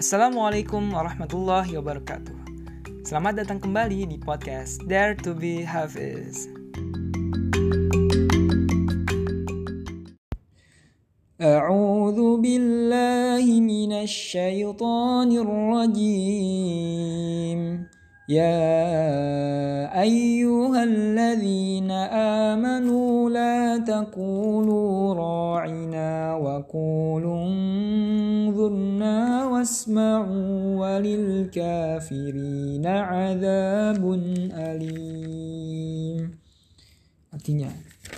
Assalamualaikum warahmatullahi wabarakatuh. Selamat datang kembali di podcast Dare to be Hafiz. A'udzu billahi minasy syaithanir rajim. Ya ayyuhalladzina amanu la taqulu ra'ina wa qulu unzurna wasma'u walil kafirina 'adzabun alim. Artinya,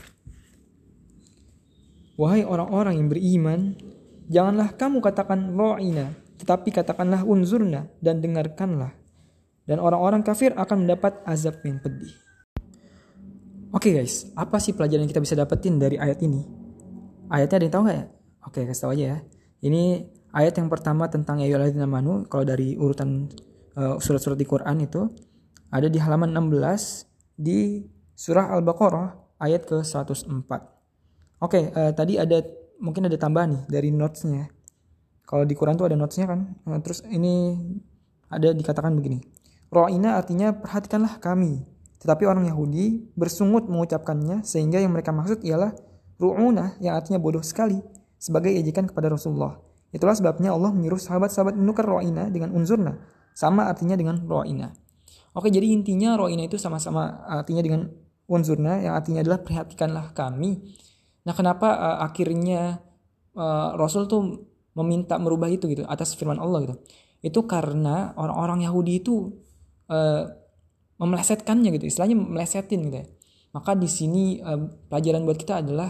wahai orang-orang yang beriman, janganlah kamu katakan ra'ina, tetapi katakanlah unzurna dan dengarkanlah. Dan orang-orang kafir akan mendapat azab yang pedih. Oke guys, apa sih pelajaran yang kita bisa dapetin dari ayat ini? Ayatnya ada yang tahu nggak ya? Oke, kasih tahu aja ya. Ini ayat yang pertama tentang ya ayyuhalladzina amanu. Kalau dari urutan surat-surat di Quran itu ada di halaman 16 di surah Al-Baqarah ayat ke 104. Oke, tadi mungkin ada tambahan nih dari notes-nya. Kalau di Quran tuh ada notes-nya kan. Terus ini ada dikatakan begini. Ra'ina artinya perhatikanlah kami. Tetapi orang Yahudi bersungut mengucapkannya sehingga yang mereka maksud ialah ru'una yang artinya bodoh sekali sebagai ejekan kepada Rasulullah. Itulah sebabnya Allah menyuruh sahabat-sahabat menukar ra'ina dengan unzurna. Sama artinya dengan ra'ina. Oke, jadi intinya ra'ina itu sama-sama artinya dengan unzurna yang artinya adalah perhatikanlah kami. Nah, kenapa akhirnya Rasul tuh meminta merubah itu gitu atas firman Allah gitu. Itu karena orang-orang Yahudi itu memelesetkannya gitu, istilahnya melesetin gitu ya. Maka di sini pelajaran buat kita adalah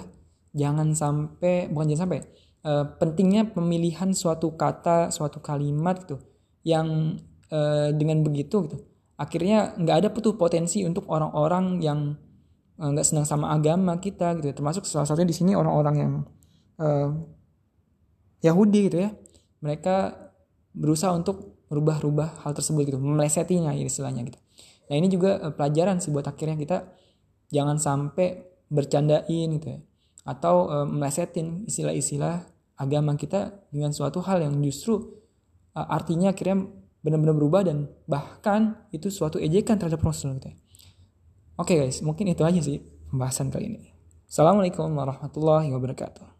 pentingnya pemilihan suatu kata, suatu kalimat gitu yang dengan begitu gitu akhirnya nggak ada potensi untuk orang-orang yang nggak senang sama agama kita gitu, termasuk salah satunya di sini orang-orang yang Yahudi gitu ya. Mereka berusaha untuk merubah hal tersebut gitu, memelesetnya istilahnya gitu. Nah, ini juga pelajaran sih buat akhirnya kita jangan sampai bercandain gitu ya, atau melesetin istilah-istilah agama kita dengan suatu hal yang justru artinya akhirnya benar-benar berubah dan bahkan itu suatu ejekan terhadap Rasul gitu ya. Oke guys, mungkin itu aja sih pembahasan kali ini. Assalamualaikum warahmatullahi wabarakatuh.